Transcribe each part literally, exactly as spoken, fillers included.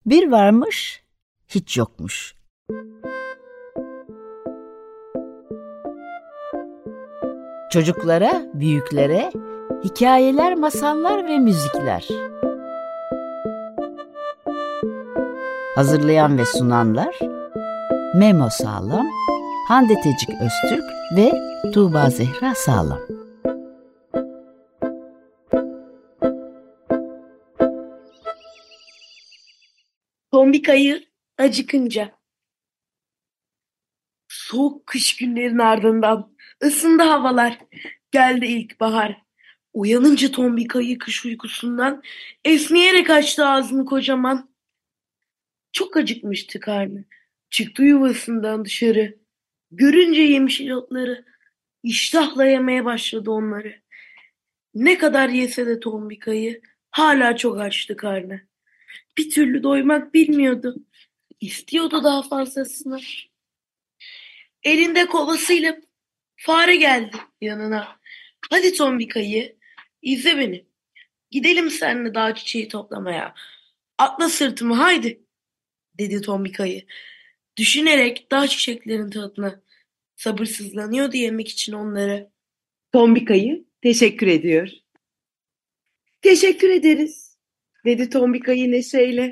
Bir varmış, hiç yokmuş. Çocuklara, büyüklere hikayeler, masallar ve müzikler. Hazırlayan ve sunanlar Memo Sağlam, Hande Tecik Öztürk ve Tuğba Zehra Sağlam. Tombik ayı acıkınca. Soğuk kış günlerin ardından ısındı havalar. Geldi ilkbahar. Uyanınca tombik ayı kış uykusundan esneyerek açtı ağzını kocaman. Çok acıkmıştı karnı. Çıktı yuvasından dışarı. Görünce yemişil otları iştahla yemeye başladı onları. Ne kadar yese de tombik ayı hala çok açtı karnı. Bir türlü doymak bilmiyordu. İstiyordu daha fazlasını. Elinde kovasıyla fare geldi yanına. Hadi tombik ayı, izle beni. Gidelim seninle dağ çiçeği toplamaya. Atla sırtıma haydi, dedi tombik ayı. Düşünerek dağ çiçeklerin tadına sabırsızlanıyordu yemek için onları. Tombik ayı teşekkür ediyor. Teşekkür ederiz, dedi tombik ayı neşeyle.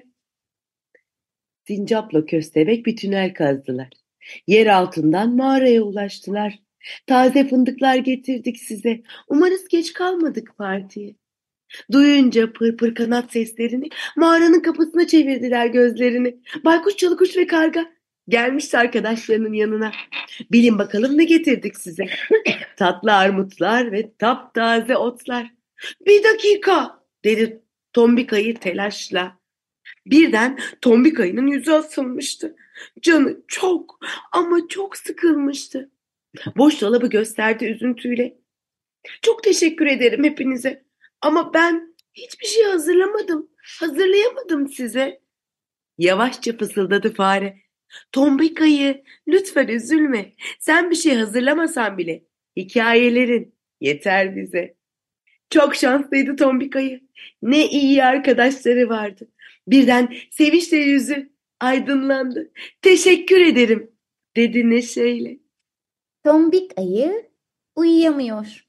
Sincapla köstebek bir tünel kazdılar. Yer altından mağaraya ulaştılar. Taze fındıklar getirdik size. Umarız geç kalmadık partiye. Duyunca pır pır kanat seslerini mağaranın kapısına çevirdiler gözlerini. Baykuş, çalıkuş ve karga gelmişti arkadaşlarının yanına. Bilin bakalım ne getirdik size. Tatlı armutlar ve taptaze otlar. Bir dakika, dedi tombik ayı telaşla. Birden tombik ayının yüzü asılmıştı. Canı çok ama çok sıkılmıştı. Boş dolabı gösterdi üzüntüyle. Çok teşekkür ederim hepinize. Ama ben hiçbir şey hazırlamadım. Hazırlayamadım size. Yavaşça fısıldadı fare. Tombik ayı, lütfen üzülme. Sen bir şey hazırlamasan bile hikayelerin yeter bize. Çok şanslıydı tombik ayı. Ne iyi arkadaşları vardı. Birden sevinçle yüzü aydınlandı. Teşekkür ederim, dedi neşeyle. Tombik ayı uyuyamıyor.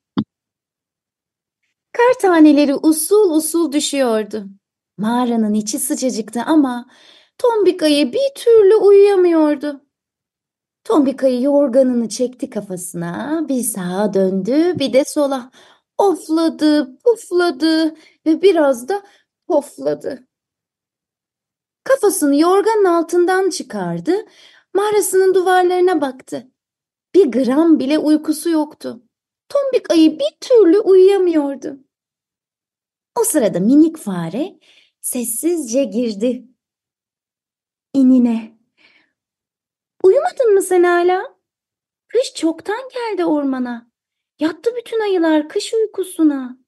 Kar taneleri usul usul düşüyordu. Mağaranın içi sıcacıktı ama tombik ayı bir türlü uyuyamıyordu. Tombik ayı yorganını çekti kafasına, bir sağa döndü, bir de sola. Ofladı, pufladı ve biraz da pofladı. Kafasını yorganın altından çıkardı, mağarasının duvarlarına baktı. Bir gram bile uykusu yoktu. Tombik ayı bir türlü uyuyamıyordu. O sırada minik fare sessizce girdi inine. Uyumadın mı sen hala? Kış çoktan geldi ormana. Yattı bütün ayılar kış uykusuna.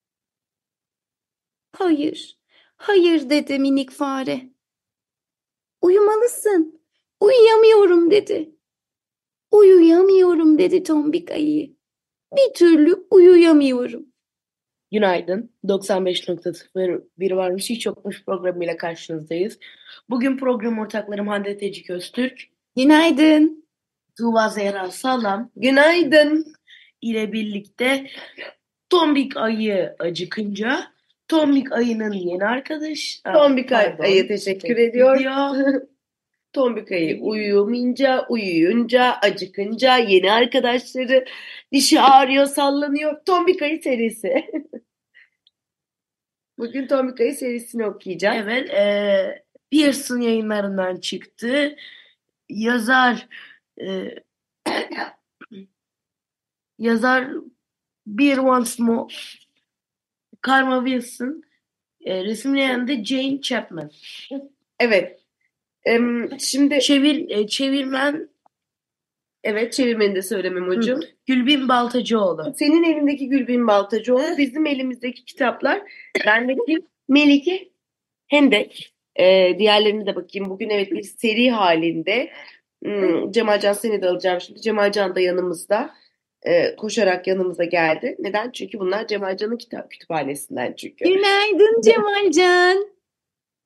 Hayır, hayır dedi minik fare. Uyumalısın. Uyuyamıyorum dedi. Uyuyamıyorum dedi tombik ayı. Bir türlü uyuyamıyorum. Günaydın. doksan beş nokta sıfır bir varmış hiç yokmuş programıyla karşınızdayız. Bugün program ortaklarım Hande Tecik Öztürk, Günaydın. Tuğba Zehra Sağlam Günaydın. ile birlikte Tombik ayı acıkınca Tombik ayının yeni arkadaş. Tombik Pardon, ayı teşekkür ediyor. Tombik ayı uyumayınca, uyuyunca, acıkınca yeni arkadaşları, dişi ağrıyor, sallanıyor. Tombik ayı serisi. Bugün Tombik ayı serisini okuyacağız. Evet, e, Pearson yayınlarından çıktı. Yazar e, yazar Bir Once More Karma Wilson, e, resimleyen de Jane Chapman. Evet. Em, şimdi Çevir e, çevirmen evet, çevirmeni de söyle Memo'cum. Gülbin Baltacıoğlu. Senin elindeki Gülbin Baltacıoğlu, bizim elimizdeki kitaplar. Bendeki Melike Hendek. Ee, diğerlerine de bakayım. Bugün evet bir seri halinde. Hmm, Cemalcan seni de alacağım şimdi. Cemalcan da yanımızda. Ee, koşarak yanımıza geldi. Neden? Çünkü bunlar Cemalcan'ın kitap kütüphanesinden çünkü. Günaydın Cemalcan.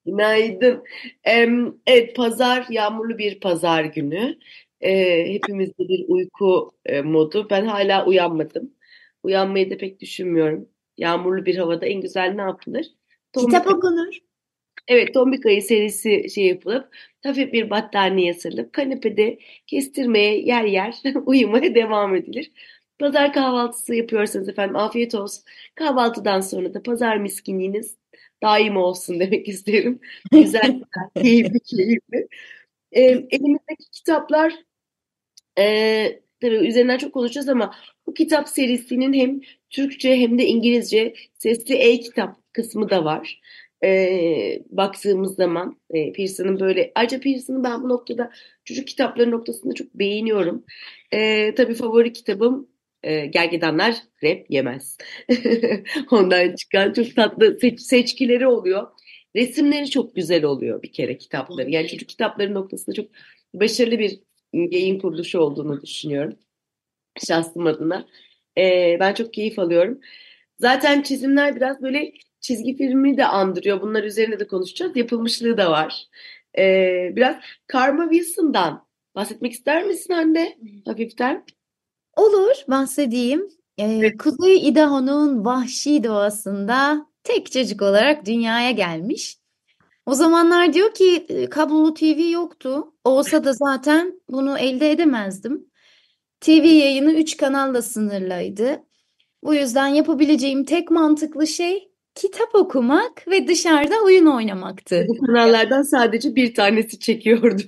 Günaydın. Em, evet, pazar, yağmurlu bir pazar günü. Ee, hepimizde bir uyku e, modu. Ben hala uyanmadım. Uyanmayı da pek düşünmüyorum. Yağmurlu bir havada en güzel ne yapılır? Kitap Tombik, okunur. evet, Tombik ayı serisi şey yapılıp, hafif bir battaniye sarılıp, kanepede kestirmeye yer yer uyumaya devam edilir. Pazar kahvaltısı yapıyorsanız efendim afiyet olsun. Kahvaltıdan sonra da pazar miskinliğiniz daim olsun demek isterim. Güzel, keyifli, keyifli. Ee, elimizdeki kitaplar, e, tabii üzerinden çok konuşacağız ama bu kitap serisinin hem Türkçe hem de İngilizce sesli e-kitap kısmı da var. Ee, baktığımız zaman e, Pearson'ın böyle, ayrıca Pearson'ın ben bu noktada çocuk kitapları noktasında çok beğeniyorum. Ee, tabii favori kitabım e, Gergedanlar Krep Yemez. Ondan çıkan çok tatlı seç- seçkileri oluyor. Resimleri çok güzel oluyor bir kere kitapları. Yani çocuk kitapları noktasında çok başarılı bir yayın kuruluşu olduğunu düşünüyorum şahsım adına. Ee, ben çok keyif alıyorum. Zaten çizimler biraz böyle çizgi filmi de andırıyor. Bunlar üzerine de konuşacağız. Yapılmışlığı da var. Ee, biraz Karma Wilson'dan bahsetmek ister misin anne? Hafiften. Olur, bahsedeyim. Ee, Kuzey Idaho'nun vahşi doğasında tek çocuk olarak dünyaya gelmiş. O zamanlar diyor ki e, kablolu T V yoktu. Olsa da zaten bunu elde edemezdim. T V yayını üç kanalla sınırlıydı. Bu yüzden yapabileceğim tek mantıklı şey kitap okumak ve dışarıda oyun oynamaktı. Bu kanallardan sadece bir tanesi çekiyordu.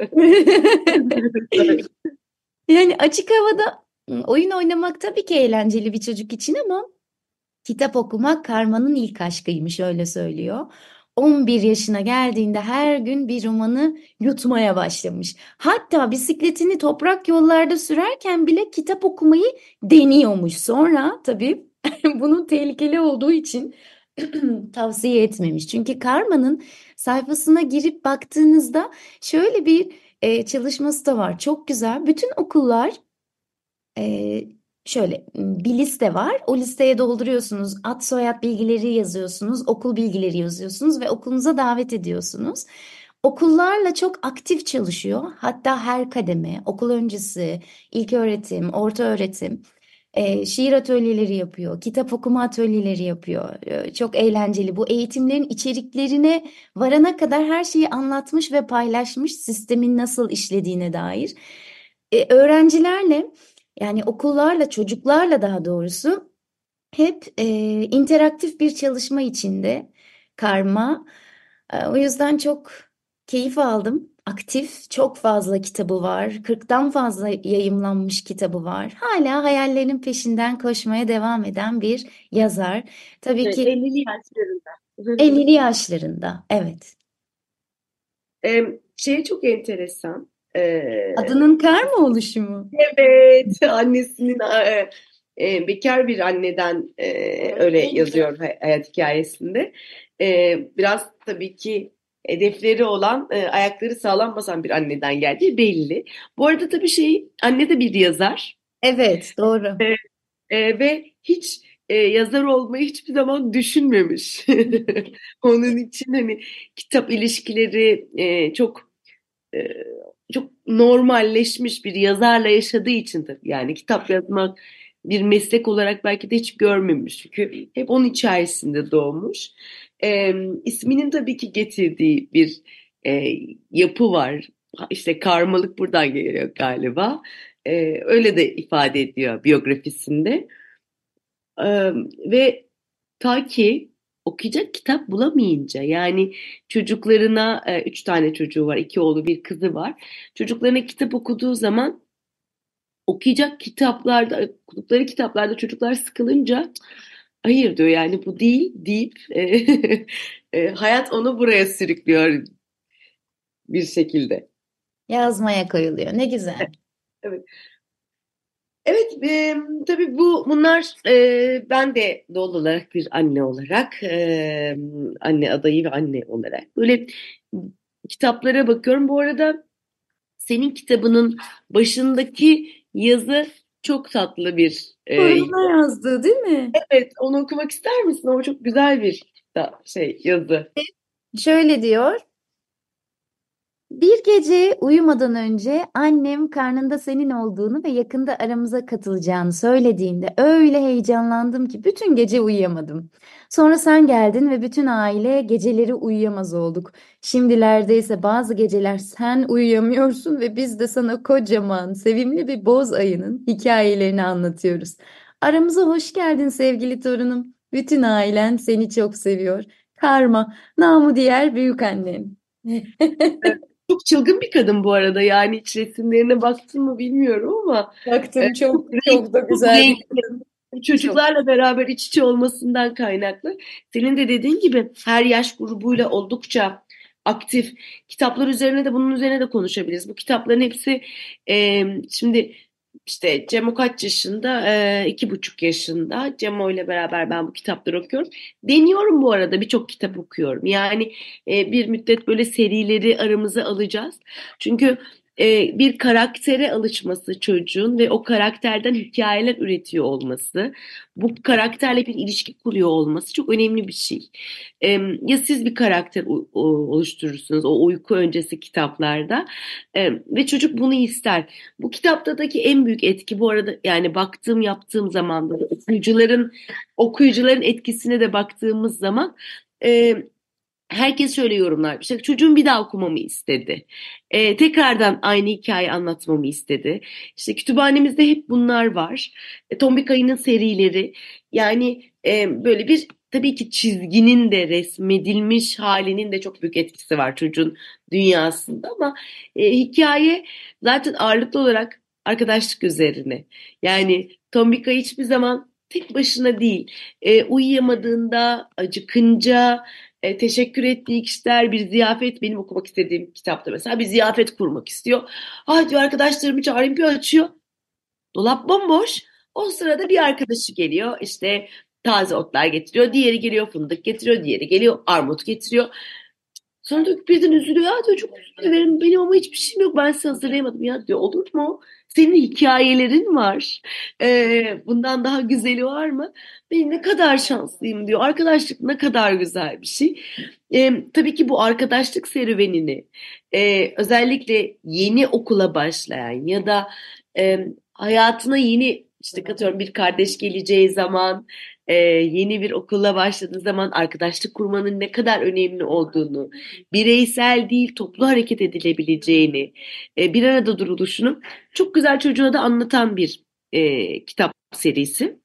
Yani açık havada ıı, oyun oynamak tabii ki eğlenceli bir çocuk için ama kitap okumak Karma'nın ilk aşkıymış öyle söylüyor. on bir yaşına geldiğinde her gün bir romanı yutmaya başlamış. Hatta bisikletini toprak yollarda sürerken bile kitap okumayı deniyormuş. Sonra tabii bunun tehlikeli olduğu için tavsiye etmemiş. Çünkü Karma'nın sayfasına girip baktığınızda şöyle bir e, çalışması da var. Çok güzel. Bütün okullar ee, şöyle bir liste var. O listeye dolduruyorsunuz. Ad soyad bilgileri yazıyorsunuz. Okul bilgileri yazıyorsunuz ve okulunuza davet ediyorsunuz. Okullarla çok aktif çalışıyor. Hatta her kademe, okul öncesi, ilköğretim, ortaöğretim, e, şiir atölyeleri yapıyor, kitap okuma atölyeleri yapıyor. E, çok eğlenceli. Bu eğitimlerin içeriklerine varana kadar her şeyi anlatmış ve paylaşmış sistemin nasıl işlediğine dair. E, öğrencilerle yani okullarla, çocuklarla daha doğrusu hep e, interaktif bir çalışma içinde Karma. E, o yüzden çok keyif aldım. Aktif, çok fazla kitabı var. kırktan fazla yayımlanmış kitabı var. Hala hayallerinin peşinden koşmaya devam eden bir yazar. Tabii Evet, ki ellili yaşlarında. elli yaşlarında. Evet. Em, şey çok enteresan. Ee, Adının Karma oluşumu. Evet, annesinin e, e, bekar bir anneden e, öyle yazıyor hay- hayat hikayesinde. E, biraz tabii ki hedefleri olan, e, ayakları sağlam basan bir anneden geldiği belli. Bu arada tabii şey, anne de bir yazar. Evet, doğru. E, e, ve hiç e, yazar olmayı hiçbir zaman düşünmemiş. Onun için hani kitap ilişkileri e, çok e, çok normalleşmiş bir yazarla yaşadığı için tabii, yani kitap yazmak bir meslek olarak belki de hiç görmemiş. Çünkü hep onun içerisinde doğmuş. E, isminin tabii ki getirdiği bir e, yapı var. İşte karmalık buradan geliyor galiba. E, öyle de ifade ediyor biyografisinde. E, ve ta ki okuyacak kitap bulamayınca, yani çocuklarına, e, üç tane çocuğu var, iki oğlu bir kızı var. Çocuklarına kitap okuduğu zaman, okuyacak kitaplarda, okudukları kitaplarda çocuklar sıkılınca hayır diyor, yani bu değil deyip e, e, hayat onu buraya sürüklüyor bir şekilde. Yazmaya koyuluyor. Ne güzel. Evet. Evet, e, tabii bu bunlar, e, ben de doğal olarak bir anne olarak, e, anne adayı ve anne olarak böyle kitaplara bakıyorum. Bu arada senin kitabının başındaki yazı çok tatlı bir, e, Torununa yazdığı değil mi? evet, onu okumak ister misin? O çok güzel bir da- şey yazı. Şöyle diyor. Bir gece uyumadan önce annem karnında senin olduğunu ve yakında aramıza katılacağını söylediğinde öyle heyecanlandım ki bütün gece uyuyamadım. Sonra sen geldin ve bütün aile geceleri uyuyamaz olduk. Şimdilerde ise bazı geceler sen uyuyamıyorsun ve biz de sana kocaman, sevimli bir boz ayının hikayelerini anlatıyoruz. Aramıza hoş geldin sevgili torunum. Bütün ailen seni çok seviyor. Karma, namı diğer büyük annem. Çok çılgın bir kadın bu arada. Yani hiç resimlerine baktın mı bilmiyorum ama e, Baktım, çok renk, çok da çok güzel bir renkli. kadın. Çok. Çocuklarla beraber iç içe olmasından kaynaklı. Senin de dediğin gibi her yaş grubuyla oldukça aktif. Kitaplar üzerine de bunun üzerine de konuşabiliriz. Bu kitapların hepsi e, şimdi işte Cemo kaç yaşında? E, iki buçuk yaşında. Cemo ile beraber ben bu kitapları okuyorum. Deniyorum bu arada, birçok kitap okuyorum. Yani e, bir müddet böyle serileri aramıza alacağız. Çünkü e, bir karaktere alışması çocuğun ve o karakterden hikayeler üretiyor olması, bu karakterle bir ilişki kuruyor olması çok önemli bir şey. E, ya siz bir karakter u- o- oluşturursunuz o uyku öncesi kitaplarda e, ve çocuk bunu ister. Bu kitaptaki en büyük etki bu arada, yani baktığım yaptığım zaman da okuyucuların okuyucuların etkisine de baktığımız zaman e, herkes şöyle yorumlar. İşte çocuğum bir daha okumamı istedi. Ee, tekrardan aynı hikayeyi anlatmamı istedi. İşte kütüphanemizde hep bunlar var. E, Tombik Ayı'nın serileri. Yani e, böyle bir, tabii ki çizginin de resmedilmiş halinin de çok büyük etkisi var çocuğun dünyasında ama e, hikaye zaten ağırlıklı olarak arkadaşlık üzerine. Yani Tombik Ayı hiçbir zaman tek başına değil. E, uyuyamadığında, acıkınca, e, teşekkür ettiği kişiler, bir ziyafet, benim okumak istediğim kitapta mesela bir ziyafet kurmak istiyor. Ay diyor, arkadaşlarımı çağırayım, bir açıyor. Dolap bomboş. O sırada bir arkadaşı geliyor, işte taze otlar getiriyor. Diğeri geliyor fındık getiriyor. Diğeri geliyor armut getiriyor. Sonra diyor ki birden üzülüyor. Ya diyor, çok özür dilerim, benim ama hiçbir şeyim yok. Ben size hazırlayamadım. Ya diyor, olur mu? Senin hikayelerin var. Ee, bundan daha güzeli var mı? Ben ne kadar şanslıyım diyor. Arkadaşlık ne kadar güzel bir şey. Ee, tabii ki bu arkadaşlık serüvenini e, özellikle yeni okula başlayan ya da e, hayatına yeni, işte katıyorum, bir kardeş geleceği zaman, e, yeni bir okula başladığı zaman arkadaşlık kurmanın ne kadar önemli olduğunu, bireysel değil toplu hareket edilebileceğini, e, bir arada duruluşunu çok güzel çocuğa da anlatan bir e, kitap serisi.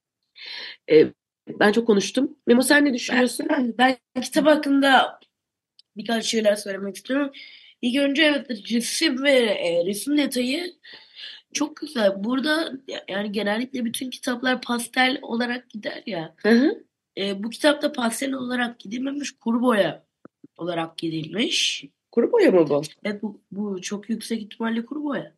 E, ben çok konuştum. Memo, sen ne düşünüyorsun? Ben, ben kitap hakkında birkaç şeyler söylemek istiyorum. İlk önce evet, resim ve e, resim detayı çok güzel. Burada ya- yani genellikle bütün kitaplar pastel olarak gider ya. Hı hı. E, bu kitapta pastel olarak gidilmemiş, kuru boya olarak gidilmiş. Kuru boya mı bu? Evet, bu, bu çok yüksek ihtimalle kuru boya.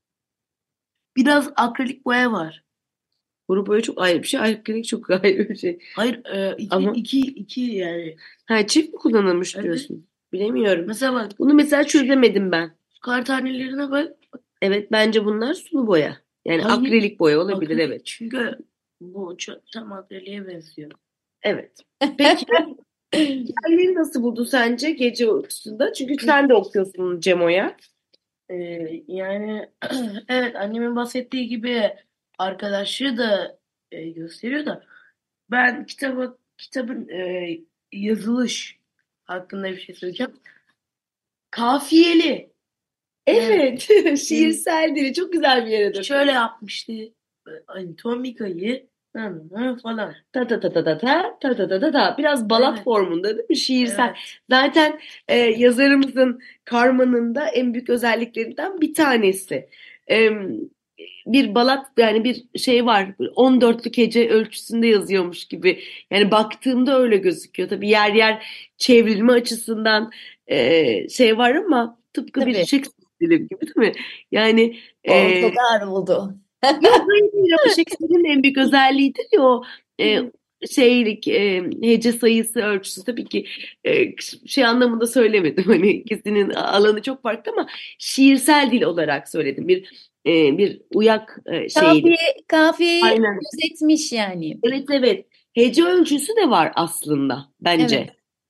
Biraz akrilik boya var. Kuru boya çok ayrı bir şey. Akrilik çok ayrı bir şey. Hayır, e, iki, Ama iki, iki yani. ha, çift mi kullanılmış Evet. diyorsun? Bilemiyorum. Mesela bak, Bunu mesela çözemedim ben. kar tanelerine bak. Evet, bence bunlar sulu boya. Yani Hayır, akrilik boya olabilir, akrilik, evet. çünkü bu çok tam akriliğe benziyor. Evet. Peki hikayeleri nasıl buldun sence gece uykusunda? Çünkü sen de okuyorsun Cemo'ya. E, yani evet, annemin bahsettiği gibi arkadaşlığı da e, gösteriyor da ben kitaba, kitabın e, yazılış hakkında bir şey söyleyeceğim. Kafiyeli. Evet. Şiirsel dili çok güzel bir yere dönüyor. Şöyle yapmıştı. Hani Tomika'yı falan. Ta ta ta ta ta ta ta ta ta ta ta. Biraz balat Evet. formunda değil mi? Şiirsel. Evet. Zaten e, yazarımızın Karma'nın da en büyük özelliklerinden bir tanesi. E, bir balat, yani bir şey var. on dörtlük hece ölçüsünde yazıyormuş gibi. Yani baktığımda öyle gözüküyor. Tabii yer yer çevrilme açısından e, şey var ama tıpkı bir Tabii. Shakespeare dili gibi değil mi? Yani O e, çok ağır oldu. yok, hayır değil, ama Shakespeare'in en büyük özelliğidir ya o e, şeylik, e, hece sayısı ölçüsü, tabii ki e, şey anlamında söylemedim, hani ikisinin alanı çok farklı ama şiirsel dil olarak söyledim, bir e, bir uyak e, şeydi. Kafiye, kafiyeyi Aynen. gözetmiş yani. Evet, evet, hece ölçüsü de var aslında bence. Evet.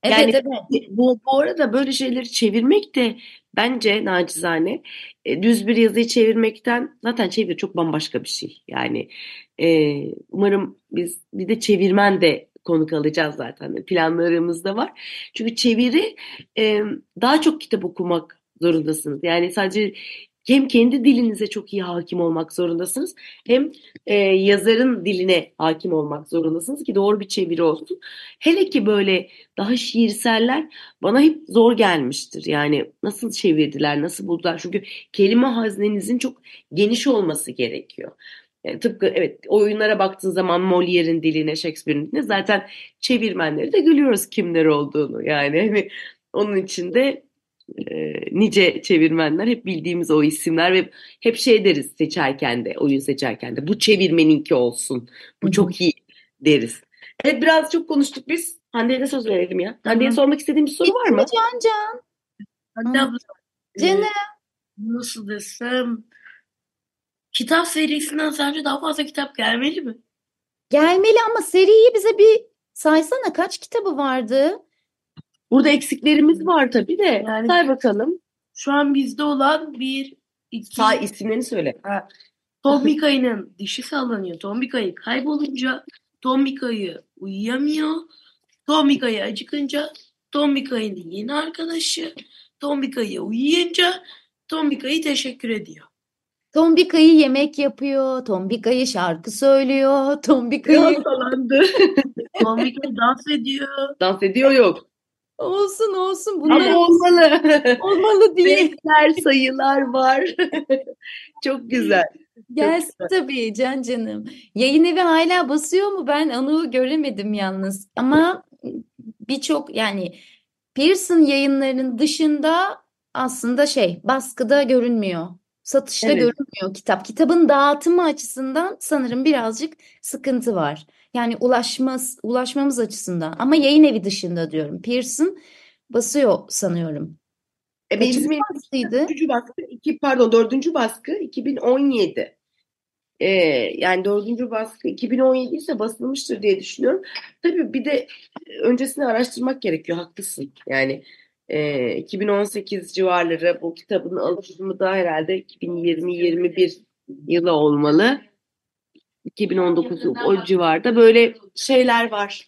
Yani Evet, evet. bu, bu arada böyle şeyleri çevirmek de bence nacizane e, düz bir yazıyı çevirmekten zaten çeviri çok bambaşka bir şey. Yani e, umarım biz bir de çevirmen de konuk alacağız zaten planlarımızda var. Çünkü çeviri e, daha çok kitap okumak zorundasınız. Yani sadece hem kendi dilinize çok iyi hakim olmak zorundasınız hem e, yazarın diline hakim olmak zorundasınız ki doğru bir çeviri olsun. Hele ki böyle daha şiirseller bana hep zor gelmiştir. Yani nasıl çevirdiler, nasıl buldular? Çünkü kelime haznenizin çok geniş olması gerekiyor. Yani tıpkı evet oyunlara baktığın zaman Molière'in diline, Shakespeare'in diline zaten çevirmenleri de görüyoruz kimler olduğunu. Yani hani onun için de e, nice çevirmenler hep bildiğimiz o isimler ve hep şey deriz seçerken de oyun seçerken de bu çevirmeninki olsun. Hı Bu hı. çok iyi deriz. Evet biraz çok konuştuk biz. Hande'ye de söz verelim ya. Hande'ye Tamam. sormak istediğim bir soru var Bitti mi mı? Can Can? Hande Hı. abla, Canım. e, nasıl desem, kitap serisinden sence daha fazla kitap gelmeli mi? Gelmeli ama seriyi bize bir saysana, kaç kitabı vardı? Burada eksiklerimiz var tabii de. Yani Say bakalım. şu an bizde olan bir, iki, Say isimlerini söyle. ha, Tombik ayının dişi sallanıyor. Tombik ayı kaybolunca Tombik ayı uyuyamıyor. Tombik ayı acıkınca Tombik ayının yeni arkadaşı. Tombik ayı uyuyunca Tombik ayı teşekkür ediyor. Tombik ayı yemek yapıyor, Tombik ayı şarkı söylüyor, Tombik ayı Yasalandı. Tombik ayı dans ediyor. Dans ediyor yok. olsun olsun bunlar Ama olmalı. olmalı diye Renkler, sayılar var. Çok güzel. Çok gelsin güzel. tabii Can canım. Yayın evi hala basıyor mu? Ben onu göremedim yalnız. Ama birçok yani Pearson yayınlarının dışında aslında şey baskıda görünmüyor. Satışta Evet. görünmüyor kitap. Kitabın dağıtımı açısından sanırım birazcık sıkıntı var. Yani ulaşmaz, ulaşmamız açısından. Ama yayın evi dışında diyorum. Pearson basıyor sanıyorum. E, benim Kaçıncı bizim baskıydı? dördüncü baskı, iki, pardon dördüncü baskı iki bin on yedi. Ee, yani dördüncü baskı iki bin on yedi ise basılmıştır diye düşünüyorum. Tabii bir de öncesini araştırmak gerekiyor. Haklısın. Yani e, iki bin on sekiz civarları bu kitabın alışımı da herhalde iki bin yirmi yirmi bir yılı olmalı. iki bin on dokuz o civarda böyle şeyler var.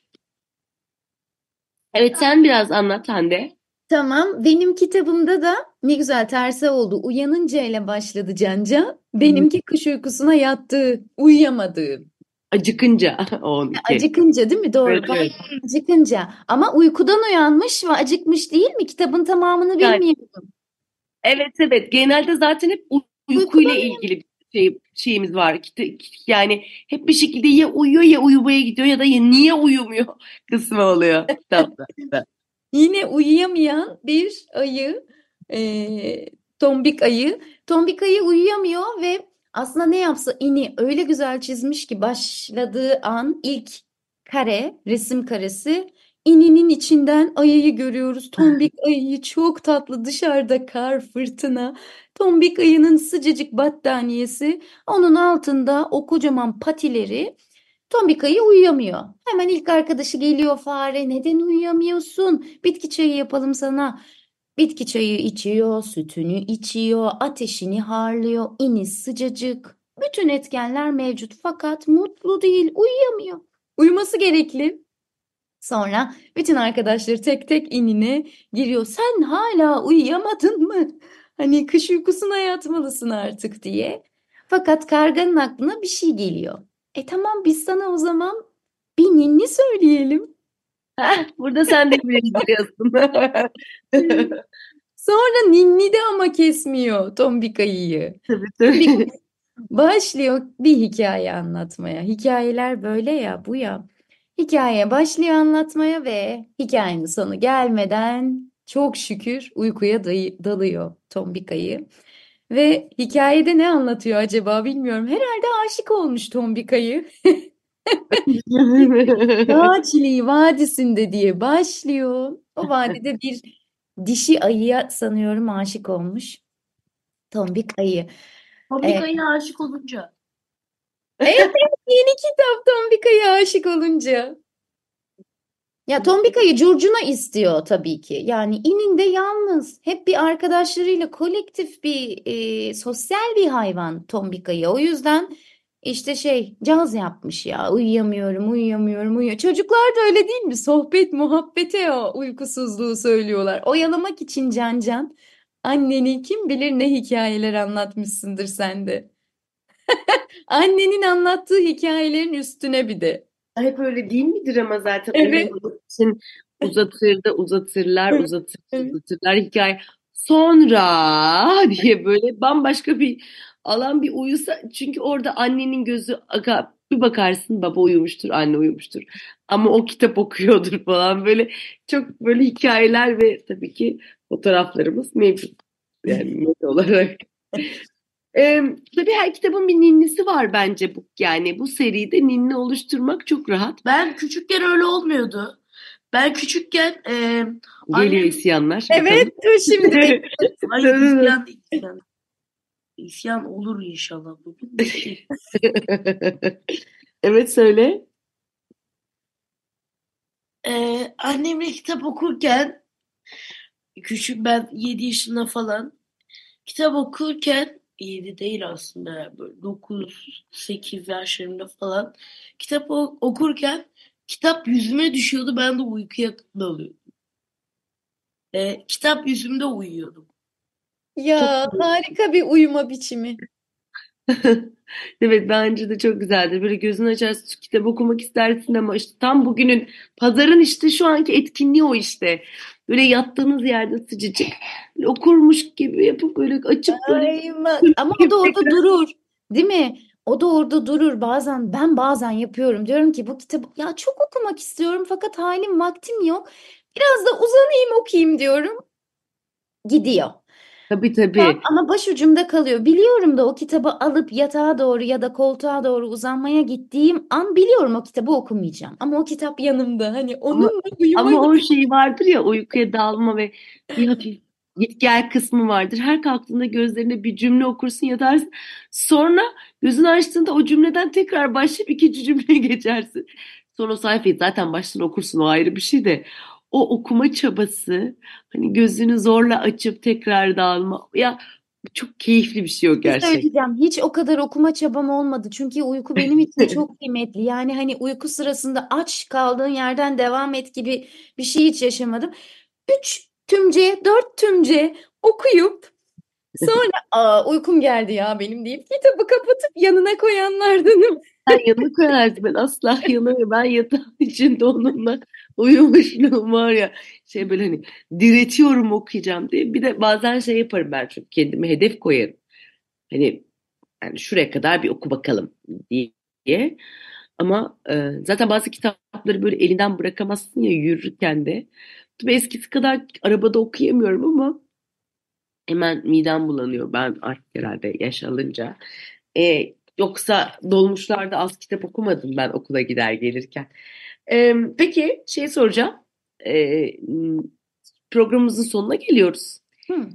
Evet sen biraz anlat Hande. Tamam. Benim kitabımda da ne güzel tersi oldu. Uyanınca ile başladı Canca. Benimki kış uykusuna yattı, uyuyamadı. Acıkınca o onunki. Acıkınca değil mi? Doğru. Evet, evet. Acıkınca. Ama uykudan uyanmış ve acıkmış değil mi? Kitabın tamamını Yani, bilmiyorum. evet evet genelde zaten hep uy- uykuyla Uykudan ilgili bir şey, şeyimiz var. Kit- Yani hep bir şekilde ya uyuyor ya uyumaya gidiyor ya da ya niye uyumuyor kısmı oluyor kitapta. yine uyuyamayan bir ayı, eee, tombik ayı. Tombik ayı uyuyamıyor ve aslında ne yapsa ini öyle güzel çizmiş ki başladığı an ilk kare, resim karesi ininin içinden ayıyı görüyoruz. Tombik ayıyı çok tatlı dışarıda kar, fırtına. Tombik ayının sıcacık battaniyesi, onun altında o kocaman patileri. Tombik ayı uyuyamıyor. Hemen ilk arkadaşı geliyor fare. Neden uyuyamıyorsun? Bitki çayı yapalım sana. Bitki çayı içiyor, sütünü içiyor, ateşini harlıyor, ini sıcacık. Bütün etkenler mevcut fakat mutlu değil, uyuyamıyor. Uyuması gerekli. Sonra bütün arkadaşları tek tek inine giriyor. Sen hala uyuyamadın mı? Hani kış uykusuna yatmalısın artık diye. Fakat karganın aklına bir şey geliyor. E tamam biz sana o zaman bir ninni söyleyelim. Heh, burada sen de biliyorsun. Sonra ninni de ama kesmiyor Tombik ayıyı. Tabii Tombik tabii. başlıyor bir hikaye anlatmaya. Hikayeler böyle ya, bu ya. Hikaye başlıyor anlatmaya ve hikayenin sonu gelmeden çok şükür uykuya dayı- dalıyor Tombik ayı. Ve hikayede ne anlatıyor acaba bilmiyorum. Herhalde aşık olmuş Tombik ayı. Dağ Çileği Vadisi'nde diye başlıyor. O vadide bir dişi ayıya sanıyorum aşık olmuş. Tombik ayı. Tombik Ee, ayıya aşık olunca. evet, evet, yeni kitap Tombik ayı aşık olunca. Ya Tombika'yı curcuna istiyor tabii ki. Yani ininde yalnız. Hep bir arkadaşlarıyla kolektif bir e, sosyal bir hayvan Tombika'yı. O yüzden işte şey caz yapmış ya. Uyuyamıyorum, uyuyamıyorum, uyuyor. Çocuklar da öyle değil mi? Sohbet, muhabbete o uykusuzluğu söylüyorlar. Oyalamak için Can Can. Anneni kim bilir ne hikayeler anlatmışsındır sen de. Annenin anlattığı hikayelerin üstüne bir de. Hep öyle değil midir ama zaten Evet. uyumak için uzatır da uzatırlar, Evet. uzatır Evet. uzatırlar hikaye. Sonra diye böyle bambaşka bir alan bir uyusa çünkü orada annenin gözü aga bir bakarsın baba uyumuştur, anne uyumuştur. Ama o kitap okuyordur falan böyle çok böyle hikayeler ve tabii ki fotoğraflarımız mevcut. Yani net olarak. Ee, tabii her kitabın bir ninnisi var bence bu yani bu seride ninni oluşturmak çok rahat. Ben küçükken öyle olmuyordu. Ben küçükken e, Geliyor annem isyanlar Evet, bakalım. dur şimdi bekle. hayır isyan değil, isyan. İsyan olur inşallah bugün. Evet söyle. E, annemle kitap okurken küçük ben yedi yaşında falan kitap okurken yedi değil aslında yani böyle dokuz sekiz yaşlarında falan kitap o- okurken kitap yüzüme düşüyordu ben de uykuya dalıyordum. E, kitap yüzümde uyuyordum. Çok Ya harika bir uyuma biçimi. Evet bence de çok güzeldir. Böyle gözünü açarsın kitap okumak istersin ama işte tam bugünün pazarın işte şu anki etkinliği o işte. Böyle yattığınız yerde sıcacık böyle okurmuş gibi yapıp böyle açıp böyle Ay bak ama o da orada durur. Değil mi? O da orada durur. Bazen ben bazen yapıyorum. Diyorum ki bu kitabı ya çok okumak istiyorum fakat halim vaktim yok. Biraz da uzanayım okuyayım diyorum. Gidiyor. tabii Kitap tabii. ama başucumda kalıyor. Biliyorum da o kitabı alıp yatağa doğru ya da koltuğa doğru uzanmaya gittiğim an biliyorum o kitabı okumayacağım. Ama o kitap yanımda. Hani Ama onunla uyuma ama o şey vardır ya uykuya dalma ve bir hafif git gel kısmı vardır. Her kalktığında gözlerinde bir cümle okursun yatarsın. Sonra gözünü açtığında o cümleden tekrar başlayıp ikinci cümleye geçersin. Sonra o sayfayı zaten baştan okursun o ayrı bir şey de. O okuma çabası hani gözünü zorla açıp tekrar dağılma. Ya çok keyifli bir şey o şey gerçek. söyleyeceğim. Hiç o kadar okuma çabam olmadı. Çünkü uyku benim için çok kıymetli. Yani hani uyku sırasında aç kaldığın yerden devam et gibi bir şey hiç yaşamadım. Üç tümce, dört tümce okuyup sonra aa uykum geldi ya benim deyip kitabı kapatıp yanına koyanlardanım. Sen yanına koyarsın ben asla yanına ben yatağın içinde onunla uyumuşluğum var ya şey böyle hani diretiyorum okuyacağım diye bir de bazen şey yaparım ben çünkü kendime hedef koyarım hani yani şuraya kadar bir oku bakalım diye ama e, zaten bazı kitapları böyle elinden bırakamazsın ya yürürken de tabii eskisi kadar arabada okuyamıyorum ama hemen midem bulanıyor ben artık herhalde yaş alınca. Ee, yoksa dolmuşlarda az kitap okumadım ben okula gider gelirken. Ee, peki şey soracağım. Ee, programımızın sonuna geliyoruz. Hı,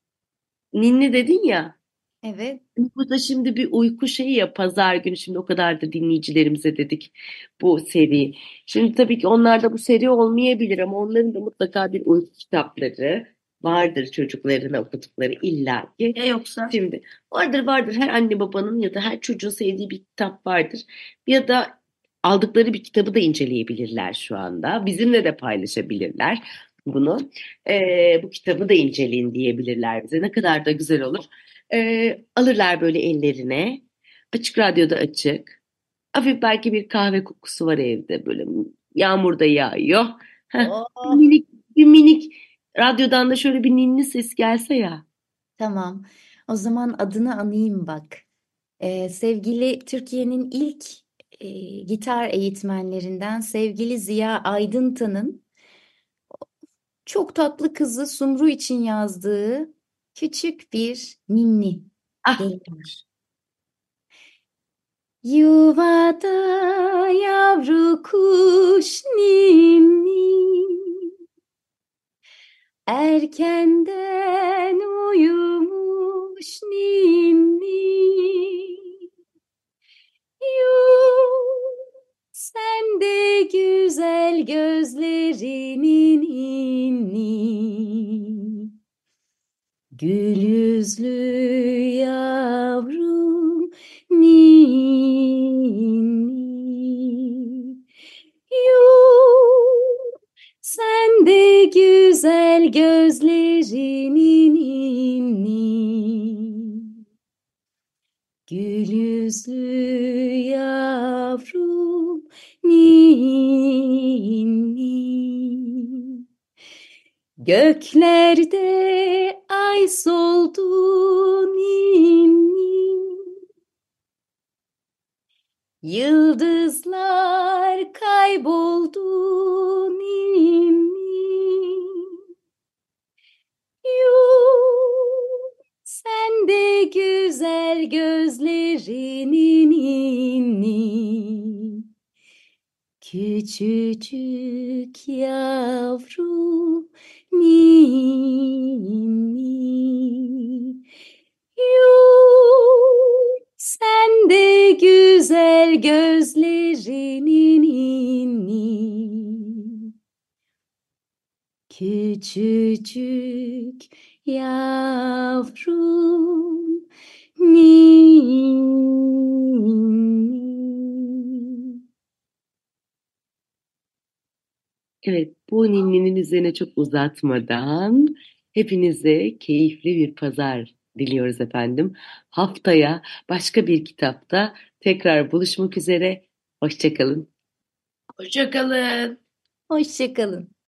Ninni dedin ya. evet. Bu da şimdi bir uyku şeyi ya pazar günü şimdi o kadar da dinleyicilerimize dedik bu seri. Şimdi tabii ki onlarda bu seri olmayabilir ama onların da mutlaka bir uyku kitapları vardır çocuklarına okudukları illaki. Ya yoksa Şimdi vardır vardır her anne babanın ya da her çocuğun sevdiği bir kitap vardır. Ya da aldıkları bir kitabı da inceleyebilirler şu anda. Bizimle de paylaşabilirler bunu. Ee, bu kitabı da inceleyin diyebilirler bize. Ne kadar da güzel olur. Ee, alırlar böyle ellerine. Açık radyoda açık. Hafif belki bir kahve kokusu var evde böyle yağmur da yağıyor. Heh, bir Oh, minik, bir minik radyodan da şöyle bir ninni ses gelse ya. tamam. O zaman adını anayım bak. Ee, sevgili Türkiye'nin ilk e, gitar eğitmenlerinden sevgili Ziya Aydıntan'ın çok tatlı kızı Sumru için yazdığı küçük bir ninni Ah, geliyor. Yuvada yavru kuş ninni erkenden uyumuş ninni yuh sen de güzel gözlerin Gül yüzlü yavrum ninni. Yum sen de güzel gözlerini ninni. Gül yüzlü yavrum ninni. Göklerde ay soldu ninni. Yıldızlar kayboldu ninni. Yum sen de güzel gözlerini ninni. Küçücük yavrum ninni. Yum sen de güzel gözlerini ninni. Küçücük yavrum ninni. Evet, bu ninninin üzerine çok uzatmadan hepinize keyifli bir pazar diliyoruz efendim. Haftaya başka bir kitapta tekrar buluşmak üzere. Hoşça kalın. Hoşça kalın. Hoşça kalın.